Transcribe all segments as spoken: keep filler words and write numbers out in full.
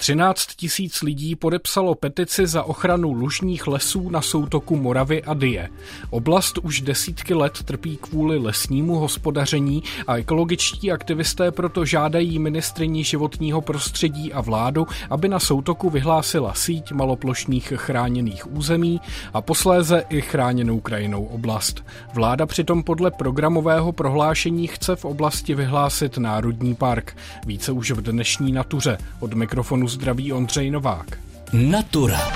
třináct tisíc lidí podepsalo petici za ochranu lužních lesů na soutoku Moravy a Dyje. Oblast už desítky let trpí kvůli lesnímu hospodaření a ekologičtí aktivisté proto žádají ministryni životního prostředí a vládu, aby na soutoku vyhlásila síť maloplošných chráněných území a posléze i chráněnou krajinnou oblast. Vláda přitom podle programového prohlášení chce v oblasti vyhlásit národní park. Více už v dnešní Natuře. Od mikrofonu zdraví Ondřej Novák. Natura.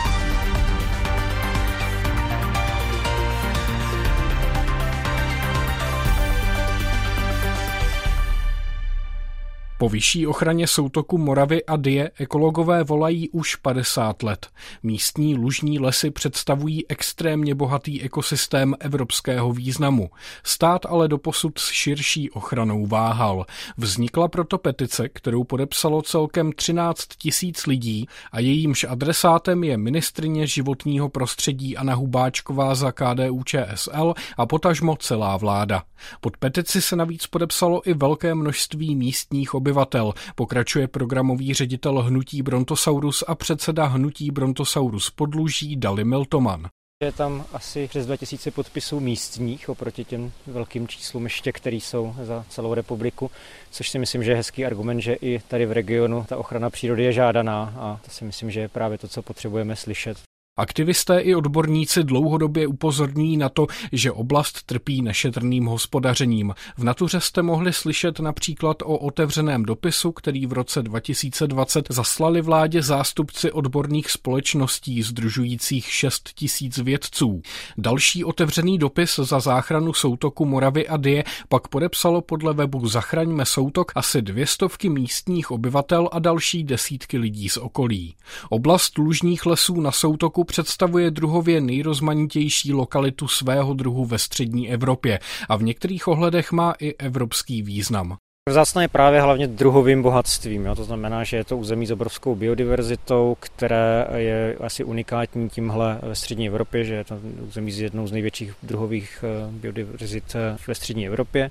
Po vyšší ochraně soutoku Moravy a Dyje ekologové volají už padesát let. Místní lužní lesy představují extrémně bohatý ekosystém evropského významu. Stát ale doposud s širší ochranou váhal. Vznikla proto petice, kterou podepsalo celkem třináct tisíc lidí a jejímž adresátem je ministryně životního prostředí Anna Hubáčková za K D U Č S L a potažmo celá vláda. Pod petici se navíc podepsalo i velké množství místních obyvatel, pokračuje programový ředitel hnutí Brontosaurus a předseda hnutí Brontosaurus Podluží Dali Miltoman. Je tam asi přes dva tisíce podpisů místních oproti těm velkým číslům ještě, který jsou za celou republiku, což si myslím, že je hezký argument, že i tady v regionu ta ochrana přírody je žádaná a to si myslím, že je právě to, co potřebujeme slyšet. Aktivisté i odborníci dlouhodobě upozorňují na to, že oblast trpí nešetrným hospodařením. V Natuře jste mohli slyšet například o otevřeném dopisu, který v roce dva tisíce dvacet zaslali vládě zástupci odborných společností sdružujících šest tisíc vědců. Další otevřený dopis za záchranu soutoku Moravy a Dyje pak podepsalo podle webu Zachraňme soutok asi dvě stovky místních obyvatel a další desítky lidí z okolí. Oblast lužních lesů na soutoku představuje druhově nejrozmanitější lokalitu svého druhu ve střední Evropě a v některých ohledech má i evropský význam. Vzácné je právě hlavně druhovým bohatstvím. Jo? To znamená, že je to území s obrovskou biodiverzitou, které je asi unikátní tímhle ve střední Evropě, že je to území s jednou z největších druhových biodiverzit ve střední Evropě.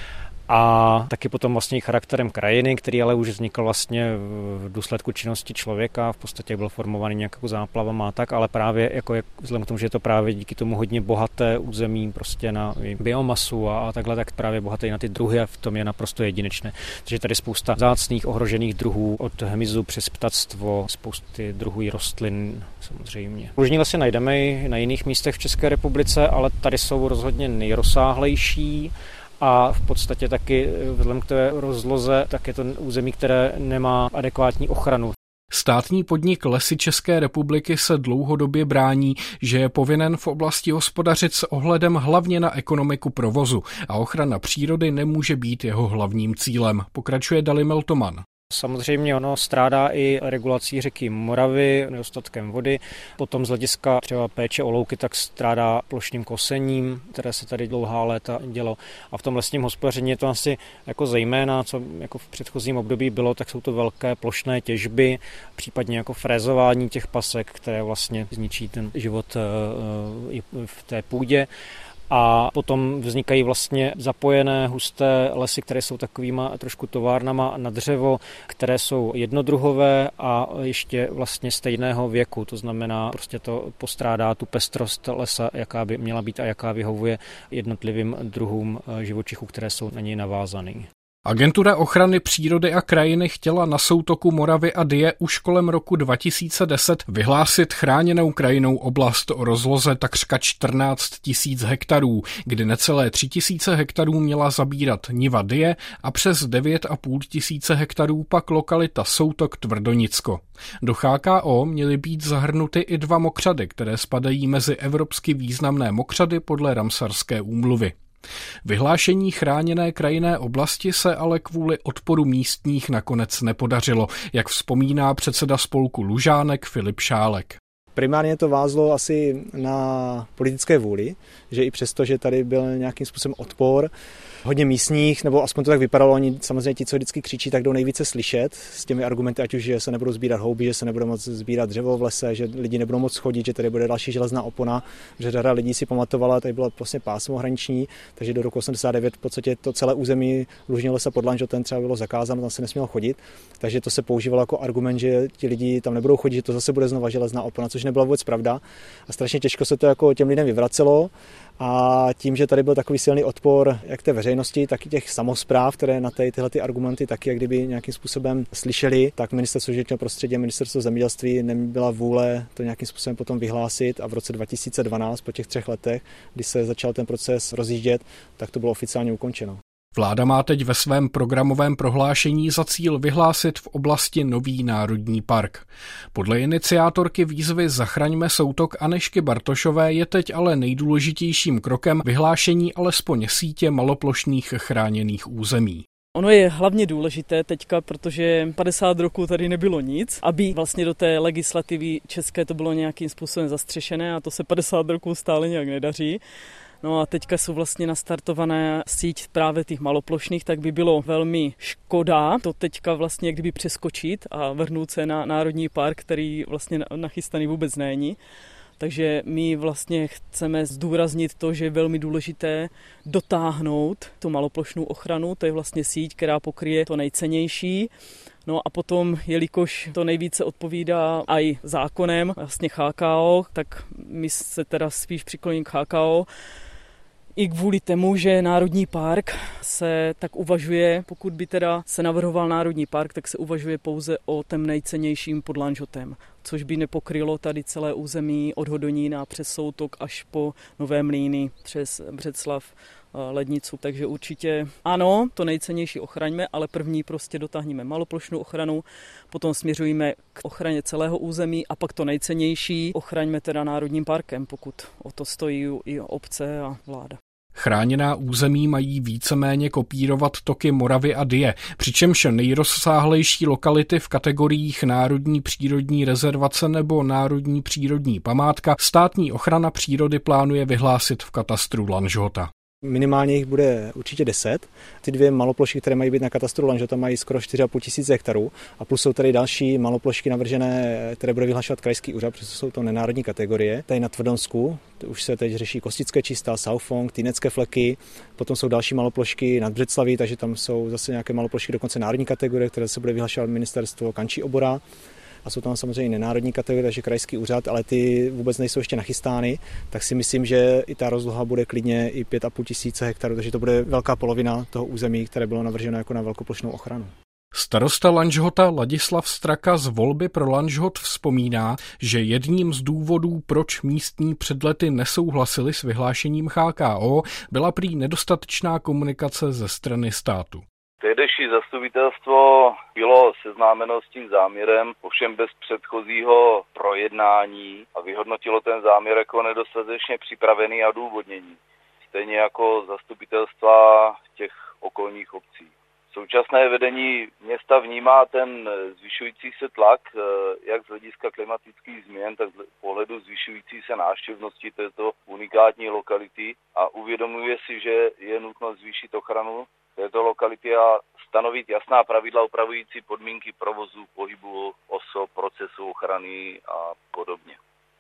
A taky potom vlastně charakterem krajiny, který ale už vznikl vlastně v důsledku činnosti člověka, v podstatě byl formovaný nějakou záplavama a tak, ale právě jako je, vzhledem k tomu, že je to právě díky tomu hodně bohaté území prostě na biomasu a, a takhle, tak právě bohaté na ty druhy a v tom je naprosto jedinečné. Takže tady spousta vzácných ohrožených druhů, od hmyzu přes ptactvo, spousty druhů rostlin samozřejmě. Lužní lesy najdeme i na jiných místech v České republice, ale tady jsou rozhodně nejrozsáhlejší. A v podstatě taky vzhledem k té rozloze, tak je to území, které nemá adekvátní ochranu. Státní podnik Lesy České republiky se dlouhodobě brání, že je povinen v oblasti hospodařit s ohledem hlavně na ekonomiku provozu a ochrana přírody nemůže být jeho hlavním cílem, pokračuje Dali Miltoman. Samozřejmě ono strádá i regulací řeky Moravy, nedostatkem vody. Potom z hlediska třeba péče o louky tak strádá plošným kosením, které se tady dlouhá léta dělo. A v tom lesním hospodaření je to asi jako zejména, co jako v předchozím období bylo, tak jsou to velké plošné těžby, případně jako frézování těch pasek, které vlastně zničí ten život i v té půdě. A potom vznikají vlastně zapojené husté lesy, které jsou takovýma trošku továrnama na dřevo, které jsou jednodruhové a ještě vlastně stejného věku. To znamená, prostě to postrádá tu pestrost lesa, jaká by měla být a jaká vyhovuje jednotlivým druhům živočichů, které jsou na něj navázané. Agentura ochrany přírody a krajiny chtěla na soutoku Moravy a Dyje už kolem roku dva tisíce deset vyhlásit chráněnou krajinnou oblast o rozloze takřka čtrnáct tisíc hektarů, kdy necelé tři tisíce hektarů měla zabírat niva Dyje a přes devět a půl tisíce hektarů pak lokalita Soutok Tvrdonicko. Do Ch K O měly být zahrnuty i dva mokřady, které spadají mezi evropsky významné mokřady podle Ramsarské úmluvy. Vyhlášení chráněné krajinné oblasti se ale kvůli odporu místních nakonec nepodařilo, jak vzpomíná předseda spolku Lužánek Filip Šálek. Primárně to vázlo asi na politické vůli, že i přesto, že tady byl nějakým způsobem odpor, hodně místních, nebo aspoň to tak vypadalo, oni samozřejmě ti, co vždycky křičí, tak jdou nejvíce slyšet s těmi argumenty, ať už, že se nebudou sbírat houby, že se nebude moc sbírat dřevo v lese, že lidi nebudou moc chodit, že tady bude další železná opona, že řada lidí si pamatovala, tady bylo vlastně pásmo hraniční, takže do roku osmdesát devět v podstatě to celé území lužního lesa pod Lanžhotem třeba bylo zakázáno, tam se nesmělo chodit, takže to se používalo jako argument, že ti lidi tam nebudou chodit, že to zase bude znova železná opona, což nebyla vůbec pravda a strašně těžko se to jako těm lidem vyvracelo. A tím, že tady byl takový silný odpor jak té veřejnosti, tak i těch samospráv, které na ty, tyhle ty argumenty taky jak kdyby nějakým způsobem slyšeli, tak ministerstvo životního prostředí a ministerstvo zemědělství nebyla vůle to nějakým způsobem potom vyhlásit a v roce dva tisíce dvanáct, po těch třech letech, kdy se začal ten proces rozjíždět, tak to bylo oficiálně ukončeno. Vláda má teď ve svém programovém prohlášení za cíl vyhlásit v oblasti nový národní park. Podle iniciátorky výzvy Zachraňme soutok Anežky Bartošové je teď ale nejdůležitějším krokem vyhlášení alespoň sítě maloplošných chráněných území. Ono je hlavně důležité teďka, protože padesát roků tady nebylo nic, aby vlastně do té legislativy české to bylo nějakým způsobem zastřešené a to se padesát roků stále nějak nedaří. No a teďka jsou vlastně nastartované síť právě těch maloplošných, tak by bylo velmi škoda to teďka vlastně kdyby přeskočit a vrhnout se na národní park, který vlastně nachystaný vůbec není. Takže my vlastně chceme zdůraznit to, že je velmi důležité dotáhnout tu maloplošnou ochranu, to je vlastně síť, která pokryje to nejcennější. No a potom, jelikož to nejvíce odpovídá i zákonem, vlastně H K O, tak my se teda spíš přikloníme k H K O, i kvůli tomu, že národní park se tak uvažuje, pokud by teda se navrhoval národní park, tak se uvažuje pouze o tom nejcennějším pod Lanžhotem, což by nepokrylo tady celé území od Hodonína přes Soutok až po Nové Mlýny, přes Břeclav, Lednicu. Takže určitě ano, to nejcennější ochraňme, ale první prostě dotáhneme maloplošnou ochranu, potom směřujeme k ochraně celého území a pak to nejcennější ochraňme teda národním parkem, pokud o to stojí i obce a vláda. Chráněná území mají víceméně kopírovat toky Moravy a Dyje, přičemž nejrozsáhlejší lokality v kategoriích národní přírodní rezervace nebo národní přírodní památka státní ochrana přírody plánuje vyhlásit v katastru Lanžhota. Minimálně jich bude určitě deset. Ty dvě maloplošky, které mají být na katastru Lanžhota, mají skoro čtyři a půl tisíce hektarů a plus jsou tady další maloplošky navržené, které bude vyhlašovat krajský úřad, protože jsou to nenárodní kategorie. Tady na Tvrdonsku už se teď řeší Kostické čísta, Saufong, Týnecké fleky, potom jsou další maloplošky nad Břeclaví, takže tam jsou zase nějaké maloplošky dokonce národní kategorie, které se bude vyhlašovat ministerstvo Kančí obora. A jsou tam samozřejmě nenárodní kategorie, takže krajský úřad, ale ty vůbec nejsou ještě nachystány, tak si myslím, že i ta rozloha bude klidně i pět a půl tisíce hektarů, takže to bude velká polovina toho území, které bylo navrženo jako na velkoplošnou ochranu. Starosta Lanžhota Ladislav Straka z volby pro Lanžhot vzpomíná, že jedním z důvodů, proč místní před lety nesouhlasili s vyhlášením H K O, byla prý nedostatečná komunikace ze strany státu. Tehdejší zastupitelstvo bylo seznámeno s tím záměrem, ovšem bez předchozího projednání a vyhodnotilo ten záměr jako nedostatečně připravený a důvodnění. Stejně jako zastupitelstva těch okolních obcí. Současné vedení města vnímá ten zvyšující se tlak, jak z hlediska klimatických změn, tak z pohledu zvyšující se návštěvnosti této unikátní lokality a uvědomuje si, že je nutno zvýšit ochranu této lokality a stanovit jasná pravidla upravující podmínky provozu, pohybu osob, procesu ochrany a podobně.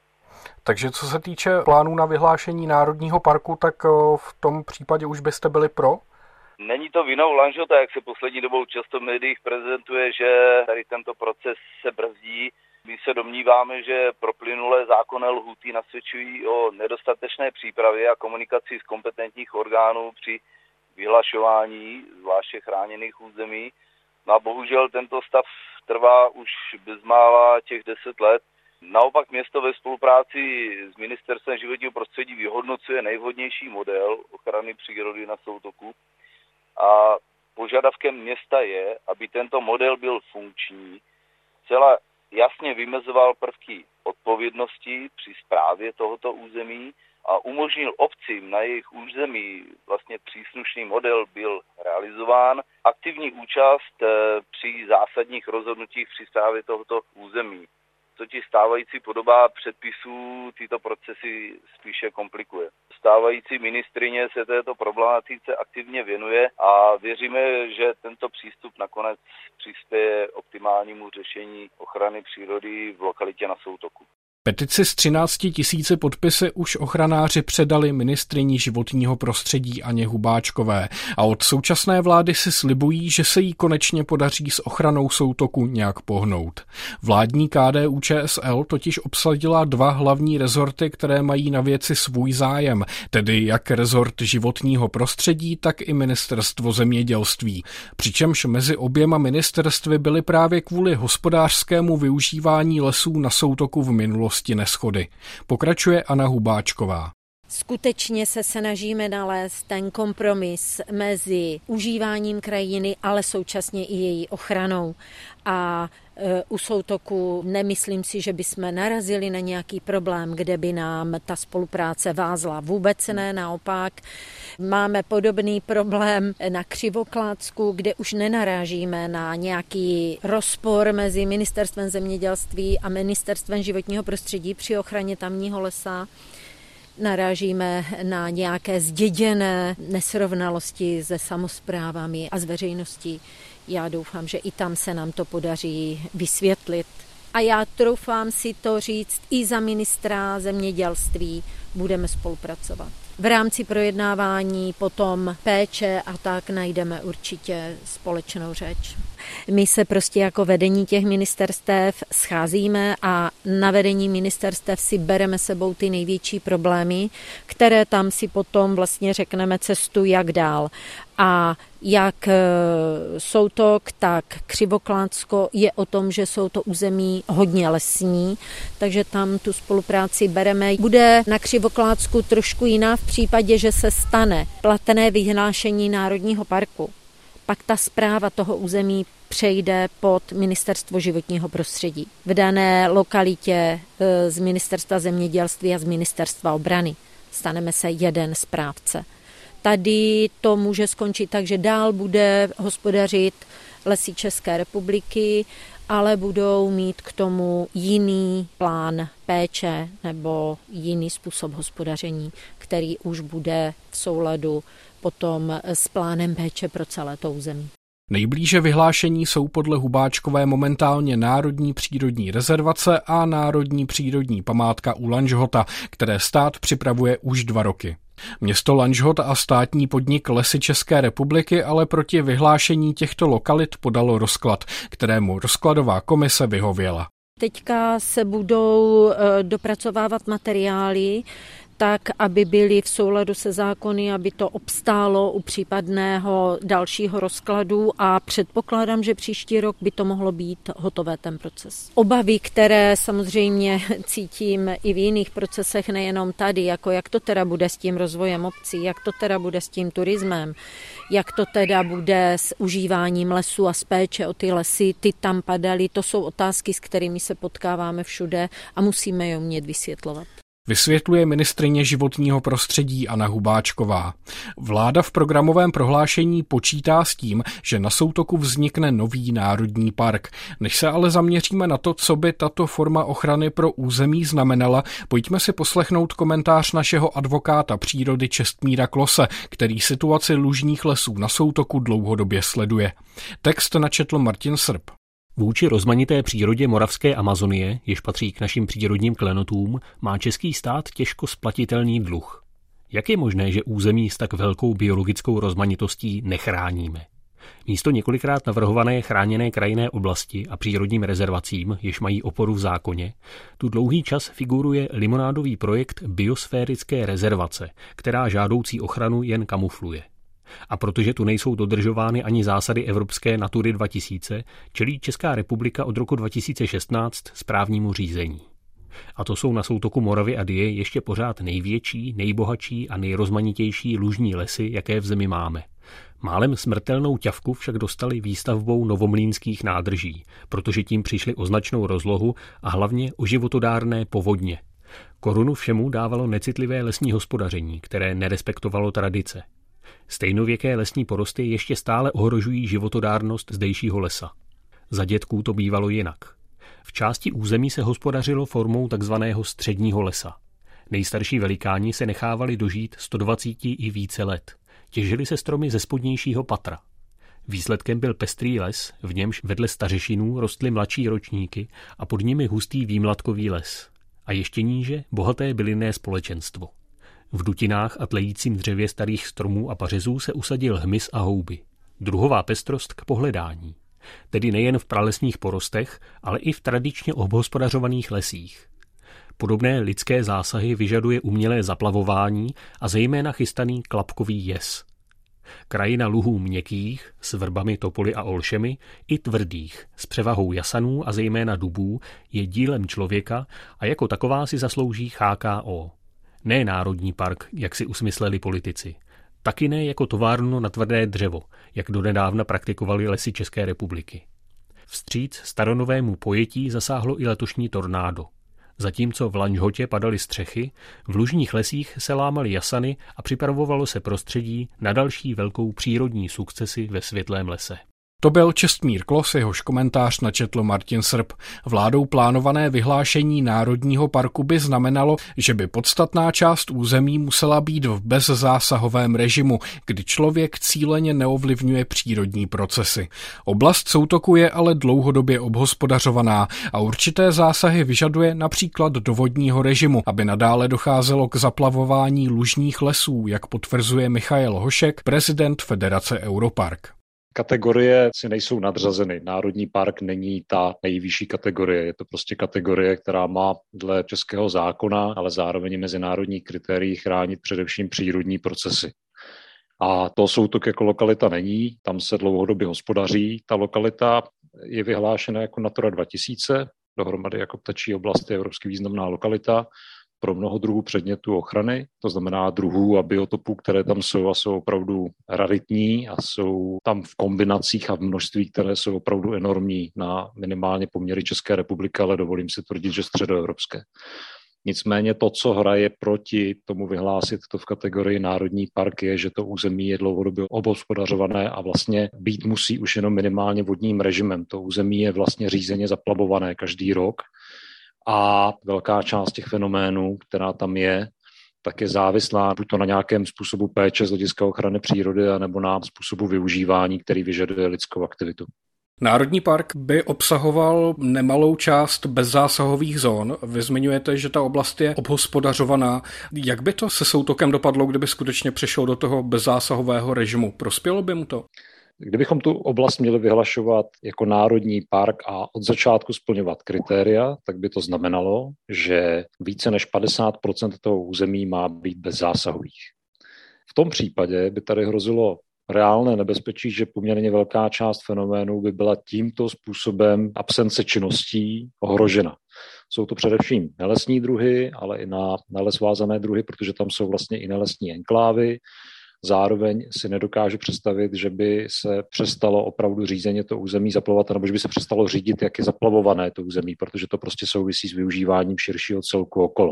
Takže co se týče plánů na vyhlášení národního parku, tak v tom případě už byste byli pro? Není to vinou Lanžhota, jak se poslední dobou často v médiích prezentuje, že tady tento proces se brzdí. My se domníváme, že proplynulé zákonné lhůty nasvědčují o nedostatečné přípravě a komunikaci z kompetentních orgánů při vyhlašování zvláště chráněných území. No a bohužel tento stav trvá už bezmála těch deset let. Naopak město ve spolupráci s Ministerstvem životního prostředí vyhodnocuje nejvhodnější model ochrany přírody na soutoku a požadavkem města je, aby tento model byl funkční, celá jasně vymezoval prvky odpovědnosti při správě tohoto území a umožnil obcím na jejich území, vlastně příslušný model byl realizován, aktivní účast při zásadních rozhodnutích při správě tohoto území. totiž stávající podoba předpisů tyto procesy spíše komplikuje. Stávající ministryně se této problematice aktivně věnuje a věříme, že tento přístup nakonec přispěje optimálnímu řešení ochrany přírody v lokalitě na Soutoku. Petici s třinácti tisíci podpisy už ochranáři předali ministryni životního prostředí Anně Hubáčkové a od současné vlády si slibují, že se jí konečně podaří s ochranou Soutoku nějak pohnout. Vládní K D U Č S L totiž obsadila dva hlavní rezorty, které mají na věci svůj zájem, tedy jak rezort životního prostředí, tak i ministerstvo zemědělství. Přičemž mezi oběma ministerstvy byly právě kvůli hospodářskému využívání lesů na Soutoku v minulosti neshody. Pokračuje Anna Hubáčková. Skutečně se snažíme nalézt ten kompromis mezi užíváním krajiny, ale současně i její ochranou. A e, u Soutoku nemyslím si, že bychom narazili na nějaký problém, kde by nám ta spolupráce vázla. Vůbec ne, naopak. Máme podobný problém na Křivoklátsku, kde už nenarážíme na nějaký rozpor mezi ministerstvem zemědělství a ministerstvem životního prostředí při ochraně tamního lesa. Narážíme na nějaké zděděné nesrovnalosti se samosprávami a s veřejností. Já doufám, že i tam se nám to podaří vysvětlit. A já troufám si to říct i za ministra zemědělství. Budeme spolupracovat. V rámci projednávání potom péče a tak najdeme určitě společnou řeč. My se prostě jako vedení těch ministerstev scházíme a na vedení ministerstev si bereme sebou ty největší problémy, které tam si potom vlastně řekneme cestu, jak dál. A jak Soutok, tak Křivoklátsko je o tom, že jsou to území hodně lesní, takže tam tu spolupráci bereme. Bude na Křivoklátsku trošku jiná v případě, že se stane platné vyhlášení národního parku. Pak ta správa toho území přejde pod Ministerstvo životního prostředí. V dané lokalitě z Ministerstva zemědělství a z Ministerstva obrany staneme se jeden správce. Tady to může skončit tak, že dál bude hospodařit Lesy České republiky, ale budou mít k tomu jiný plán péče nebo jiný způsob hospodaření, který už bude v souladu potom s plánem péče pro celé to území. Nejblíže vyhlášení jsou podle Hubáčkové momentálně Národní přírodní rezervace a Národní přírodní památka u Lanžhota, které stát připravuje už dva roky. Město Lanžhot a státní podnik Lesy České republiky ale proti vyhlášení těchto lokalit podalo rozklad, kterému rozkladová komise vyhověla. Teďka se budou dopracovávat materiály, tak, aby byly v souladu se zákony, aby to obstálo u případného dalšího rozkladu a předpokládám, že příští rok by to mohlo být hotové ten proces. Obavy, které samozřejmě cítím i v jiných procesech, nejenom tady, jako jak to teda bude s tím rozvojem obcí, jak to teda bude s tím turismem, jak to teda bude s užíváním lesů a s péče o ty lesy, ty tam padaly, to jsou otázky, s kterými se potkáváme všude a musíme je umět vysvětlovat. Vysvětluje ministryně životního prostředí Anna Hubáčková. Vláda v programovém prohlášení počítá s tím, že na Soutoku vznikne nový národní park. Než se ale zaměříme na to, co by tato forma ochrany pro území znamenala, pojďme si poslechnout komentář našeho advokáta přírody Čestmíra Klose, který situaci lužních lesů na Soutoku dlouhodobě sleduje. Text načetl Martin Srb. Vůči rozmanité přírodě moravské Amazonie, jež patří k našim přírodním klenotům, má český stát těžko splatitelný dluh. Jak je možné, že území s tak velkou biologickou rozmanitostí nechráníme? Místo několikrát navrhované chráněné krajinné oblasti a přírodním rezervacím, jež mají oporu v zákoně, tu dlouhý čas figuruje limonádový projekt biosférické rezervace, která žádoucí ochranu jen kamufluje. A protože tu nejsou dodržovány ani zásady Evropské Natury dva tisíce, čelí Česká republika od roku dva tisíce šestnáct správnímu řízení. A to jsou na Soutoku Moravy a Dyje ještě pořád největší, nejbohatší a nejrozmanitější lužní lesy, jaké v zemi máme. Málem smrtelnou ťavku však dostali výstavbou novomlýnských nádrží, protože tím přišli o značnou rozlohu a hlavně o životodárné povodně. Korunu všemu dávalo necitlivé lesní hospodaření, které nerespektovalo tradice. Stejnověké lesní porosty ještě stále ohrožují životodárnost zdejšího lesa. Za dětků to bývalo jinak. V části území se hospodařilo formou takzvaného středního lesa. Nejstarší velikáni se nechávali dožít sto dvacet i více let. Těžili se stromy ze spodnějšího patra. Výsledkem byl pestrý les, v němž vedle stařešinů rostly mladší ročníky a pod nimi hustý výmladkový les. A ještě níže bohaté bylinné společenstvo. V dutinách a tlejícím dřevě starých stromů a pařezů se usadil hmyz a houby. Druhová pestrost k pohledání. Tedy nejen v pralesních porostech, ale i v tradičně obhospodařovaných lesích. Podobné lidské zásahy vyžaduje umělé zaplavování a zejména chystaný klapkový jez. Krajina luhů měkkých, s vrbami, topoly a olšemi, i tvrdých, s převahou jasanů a zejména dubů, je dílem člověka a jako taková si zaslouží H K O. Ne národní park, jak si usmysleli politici. Taky ne jako továrnu na tvrdé dřevo, jak donedávna praktikovali Lesy České republiky. Vstříc staronovému pojetí zasáhlo i letošní tornádo. Zatímco v Lanžhotě padaly střechy, v lužních lesích se lámaly jasany a připravovalo se prostředí na další velkou přírodní sukcesi ve světlém lese. To byl Čestmír Klos, jehož komentář načetl Martin Srb. Vládou plánované vyhlášení Národního parku by znamenalo, že by podstatná část území musela být v bezzásahovém režimu, kdy člověk cíleně neovlivňuje přírodní procesy. Oblast soutoku je ale dlouhodobě obhospodařovaná a určité zásahy vyžaduje například do vodního režimu, aby nadále docházelo k zaplavování lužních lesů, jak potvrzuje Michael Hošek, prezident Federace Europark. Kategorie si nejsou nadřazeny. Národní park není ta nejvyšší kategorie. Je to prostě kategorie, která má dle českého zákona, ale zároveň mezinárodních kritérií chránit především přírodní procesy. A to soutok jako lokalita není, tam se dlouhodobě hospodaří. Ta lokalita je vyhlášena jako Natura dva tisíce, dohromady jako ptačí oblast je evropsky významná lokalita pro mnoho druhů předmětů ochrany, to znamená druhů a biotopů, které tam jsou a jsou opravdu raritní a jsou tam v kombinacích a v množství, které jsou opravdu enormní na minimálně poměry České republiky, ale dovolím si tvrdit, že středoevropské. Nicméně to, co hraje proti tomu vyhlásit to v kategorii národní park, je, že to území je dlouhodobě obhospodařované a vlastně být musí už jenom minimálně vodním režimem. To území je vlastně řízeně zaplavované každý rok. A velká část těch fenoménů, která tam je, tak je závislá buď to na nějakém způsobu péče z hlediska ochrany přírody, nebo na způsobu využívání, který vyžaduje lidskou aktivitu. Národní park by obsahoval nemalou část bezzásahových zón. Vy zmiňujete, že ta oblast je obhospodařovaná. Jak by to se soutokem dopadlo, kdyby skutečně přešel do toho bezzásahového režimu? Prospělo by mu to? Kdybychom tu oblast měli vyhlašovat jako národní park a od začátku splňovat kritéria, tak by to znamenalo, že více než padesát procent toho území má být bezzásahových. V tom případě by tady hrozilo reálné nebezpečí, že poměrně velká část fenoménů by byla tímto způsobem absence činností ohrožena. Jsou to především nelesní druhy, ale i na neles vázané druhy, protože tam jsou vlastně i nelesní enklávy. Zároveň si nedokážu představit, že by se přestalo opravdu řízeně to území zaplavovat, nebo že by se přestalo řídit, jak je zaplavované to území, protože to prostě souvisí s využíváním širšího celku okolo.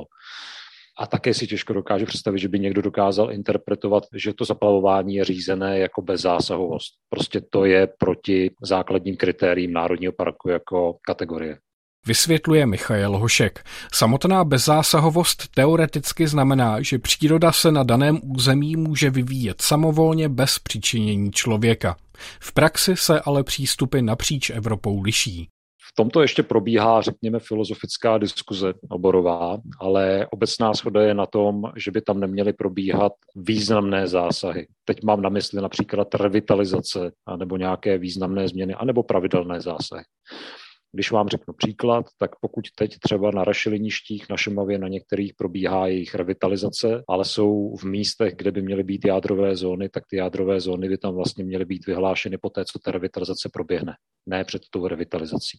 A také si těžko dokážu představit, že by někdo dokázal interpretovat, že to zaplavování je řízené jako bezzásahovost. Prostě to je proti základním kritériím Národního parku jako kategorie. Vysvětluje Michael Hošek. Samotná bezzásahovost teoreticky znamená, že příroda se na daném území může vyvíjet samovolně bez přičinění člověka. V praxi se ale přístupy napříč Evropou liší. V tomto ještě probíhá, řekněme, filozofická diskuze oborová, ale obecná shoda je na tom, že by tam neměly probíhat významné zásahy. Teď mám na mysli například revitalizace nebo nějaké významné změny, anebo pravidelné zásahy. Když vám řeknu příklad, tak pokud teď třeba na rašeliništích na Šumavě na některých probíhá jejich revitalizace, ale jsou v místech, kde by měly být jádrové zóny, tak ty jádrové zóny by tam vlastně měly být vyhlášeny poté, co ta revitalizace proběhne, ne před tou revitalizací.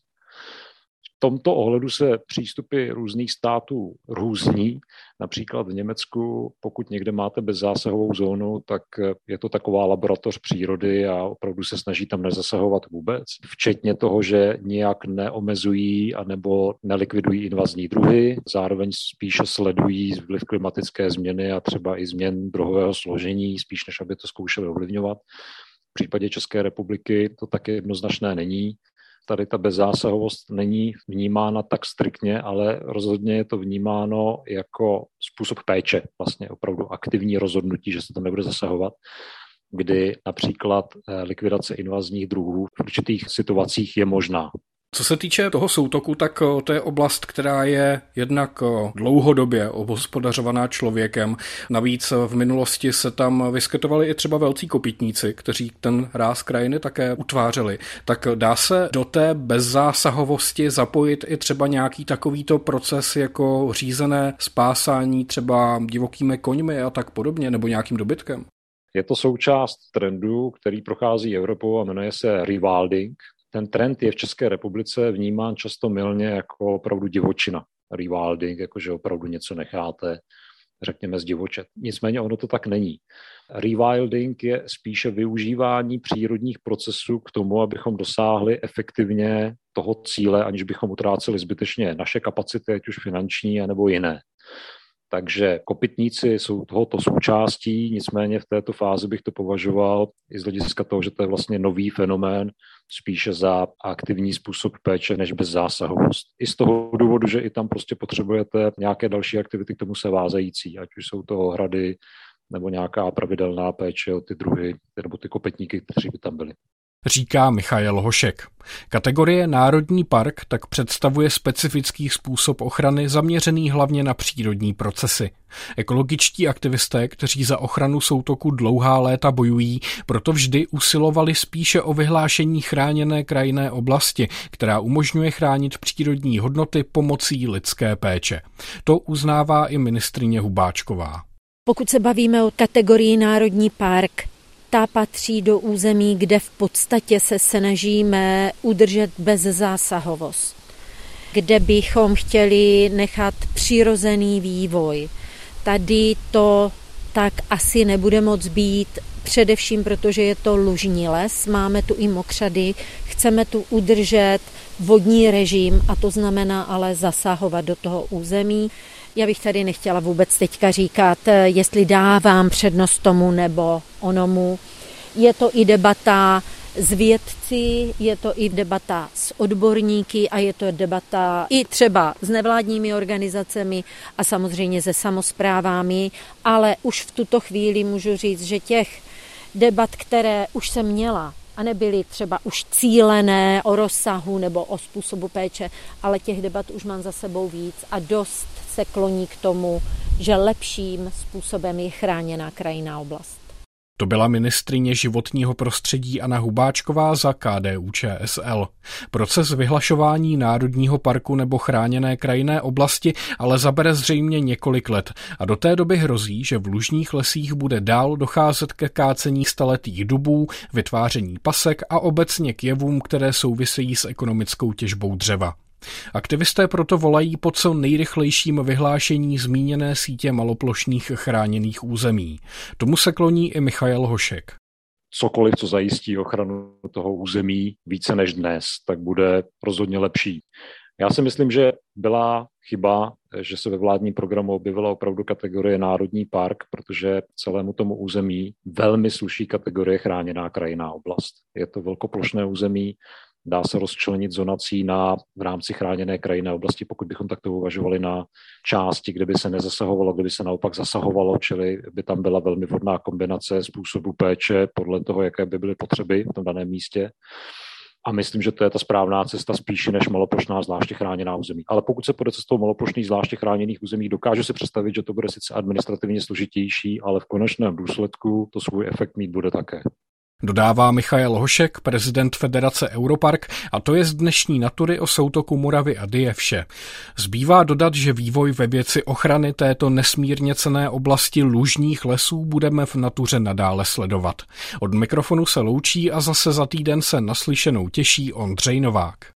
V tomto ohledu se přístupy různých států různí. Například v Německu, pokud někde máte bezzásahovou zónu, tak je to taková laboratoř přírody a opravdu se snaží tam nezasahovat vůbec. Včetně toho, že nijak neomezují anebo nelikvidují invazní druhy, zároveň spíše sledují vliv klimatické změny a třeba i změn druhového složení, spíš než aby to zkoušeli ovlivňovat. V případě České republiky to také jednoznačné není. tady ta bezzásahovost není vnímána tak striktně, ale rozhodně je to vnímáno jako způsob péče, vlastně opravdu aktivní rozhodnutí, že se tam nebude zasahovat, kdy například likvidace invazních druhů v určitých situacích je možná. Co se týče toho soutoku, tak to je oblast, která je jednak dlouhodobě obhospodařovaná člověkem. Navíc v minulosti se tam vyskytovali i třeba velcí kopytníci, kteří ten ráz krajiny také utvářeli. Tak dá se do té bezzásahovosti zapojit i třeba nějaký takovýto proces jako řízené spásání třeba divokými koňmi a tak podobně, nebo nějakým dobytkem? Je to součást trendu, který prochází Evropou a jmenuje se rewilding. Ten trend je v České republice vnímán často mylně jako opravdu divočina. Rewilding, jakože opravdu něco necháte, řekněme, zdivočet. Nicméně ono to tak není. Rewilding je spíše využívání přírodních procesů k tomu, abychom dosáhli efektivně toho cíle, aniž bychom utráceli zbytečně naše kapacity, ať už finanční, anebo jiné. Takže kopytníci jsou tohoto součástí, nicméně v této fázi bych to považoval i z hlediska toho, že to je vlastně nový fenomén, spíše za aktivní způsob péče než bezzásahovost. I z toho důvodu, že i tam prostě potřebujete nějaké další aktivity k tomu se vázající, ať už jsou to ohrady nebo nějaká pravidelná péče o ty druhy nebo ty kopytníky, kteří by tam byli. Říká Michael Hošek. Kategorie Národní park tak představuje specifický způsob ochrany zaměřený hlavně na přírodní procesy. Ekologičtí aktivisté, kteří za ochranu soutoku dlouhá léta bojují, proto vždy usilovali spíše o vyhlášení chráněné krajinné oblasti, která umožňuje chránit přírodní hodnoty pomocí lidské péče. To uznává i ministryně Hubáčková. Pokud se bavíme o kategorii Národní park, ta patří do území, kde v podstatě se snažíme udržet bezzásahovost, kde bychom chtěli nechat přirozený vývoj. Tady to tak asi nebude moc být, především protože je to lužní les, máme tu i mokřady, chceme tu udržet vodní režim a to znamená ale zasahovat do toho území. Já bych tady nechtěla vůbec teďka říkat, jestli dávám přednost tomu nebo onomu. Je to i debata s vědci, je to i debata s odborníky a je to debata i třeba s nevládními organizacemi a samozřejmě se samosprávami, ale už v tuto chvíli můžu říct, že těch debat, které už jsem měla, a nebyly třeba už cílené o rozsahu nebo o způsobu péče, ale těch debat už mám za sebou víc a dost se kloní k tomu, že lepším způsobem je chráněná krajinná oblast. To byla ministryně životního prostředí Anna Hubáčková za K D U Č S L. Proces vyhlašování národního parku nebo chráněné krajinné oblasti ale zabere zřejmě několik let a do té doby hrozí, že v lužních lesích bude dál docházet ke kácení staletých dubů, vytváření pasek a obecně k jevům, které souvisejí s ekonomickou těžbou dřeva. Aktivisté proto volají po co nejrychlejším vyhlášení zmíněné sítě maloplošných chráněných území. Tomu se kloní i Michael Hošek. Cokoliv, co zajistí ochranu toho území více než dnes, tak bude rozhodně lepší. Já si myslím, že byla chyba, že se ve vládním programu objevila opravdu kategorie Národní park, protože celému tomu území velmi sluší kategorie chráněná krajinná oblast. Je to velkoplošné území, dá se rozčlenit zonací na, v rámci chráněné krajinné oblasti, pokud bychom takto uvažovali na části, kde by se nezasahovalo, kde by se naopak zasahovalo, čili by tam byla velmi vhodná kombinace způsobu péče podle toho, jaké by byly potřeby v tom daném místě. A myslím, že to je ta správná cesta spíše než maloplošná zvláště chráněná území. Ale pokud se půjde cestou maloplošných zvláště chráněných území, dokážu si představit, že to bude sice administrativně složitější, ale v konečném důsledku to svůj efekt mít bude také. Dodává Michael Hošek, prezident Federace Europark, a to je z dnešní Natury o soutoku Moravy a Dyje vše. Zbývá dodat, že vývoj ve věci ochrany této nesmírně cenné oblasti lužních lesů budeme v Natuře nadále sledovat. Od mikrofonu se loučí a zase za týden se naslyšenou těší Ondřej Novák.